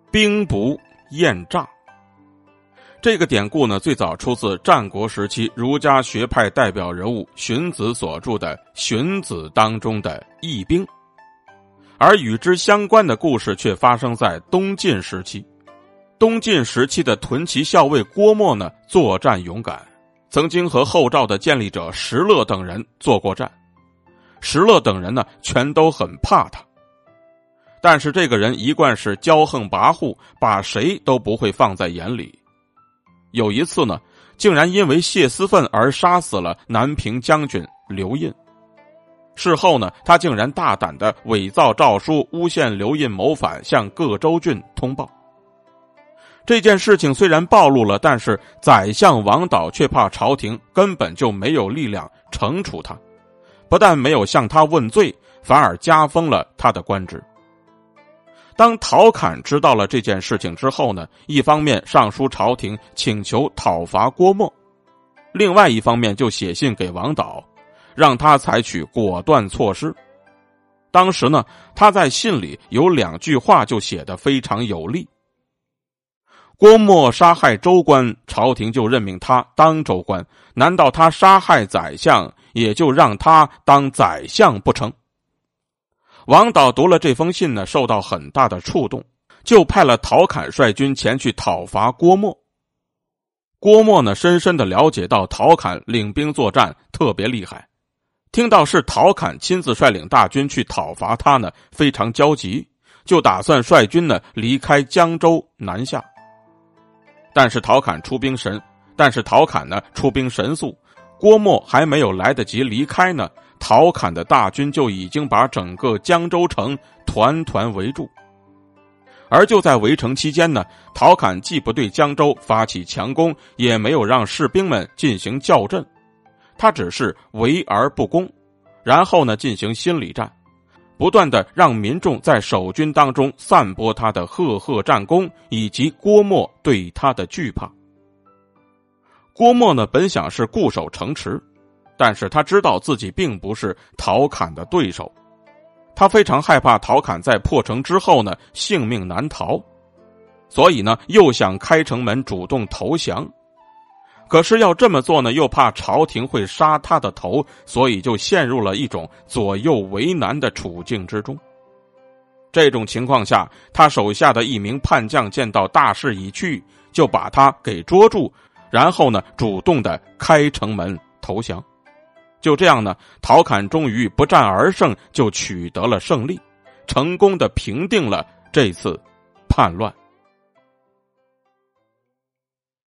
兵不厌诈。这个典故呢，最早出自战国时期儒家学派代表人物荀子所著的《荀子》当中的义兵，而与之相关的故事却发生在东晋时期。东晋时期的屯骑校尉郭沫呢，作战勇敢，曾经和后赵的建立者石勒等人作过战。石勒等人呢，全都很怕他。但是这个人一贯是骄横跋扈，把谁都不会放在眼里。有一次呢，竟然因为泄私愤而杀死了南平将军刘胤。事后呢，他竟然大胆地伪造诏书，诬陷刘胤谋反，向各州郡通报。这件事情虽然暴露了，但是宰相王导却怕朝廷根本就没有力量惩处他，不但没有向他问罪，反而加封了他的官职。当陶侃知道了这件事情之后呢，一方面上书朝廷请求讨伐郭沫，另外一方面就写信给王导，让他采取果断措施。当时呢，他在信里有2句话就写得非常有力。郭沫杀害州官，朝廷就任命他当州官，难道他杀害宰相，也就让他当宰相不成？王导读了这封信呢，受到很大的触动，就派了陶侃率军前去讨伐郭沫。郭沫呢，深深地了解到陶侃领兵作战特别厉害，听到是陶侃亲自率领大军去讨伐他呢，非常焦急，就打算率军呢离开江州南下。但是陶侃呢出兵神速，郭沫还没有来得及离开呢，陶侃的大军就已经把整个江州城团团围住。而就在围城期间呢，陶侃既不对江州发起强攻，也没有让士兵们进行校阵，他只是围而不攻，然后呢进行心理战，不断的让民众在守军当中散播他的赫赫战功，以及郭沫对他的惧怕。郭沫呢，本想是固守城池，但是他知道自己并不是陶侃的对手，他非常害怕陶侃在破城之后呢性命难逃，所以呢又想开城门主动投降。可是要这么做呢，又怕朝廷会杀他的头，所以就陷入了一种左右为难的处境之中。这种情况下，他手下的一名叛将见到大势已去，就把他给捉住，然后呢主动的开城门投降。就这样呢，陶侃终于不战而胜，就取得了胜利，成功的平定了这次叛乱。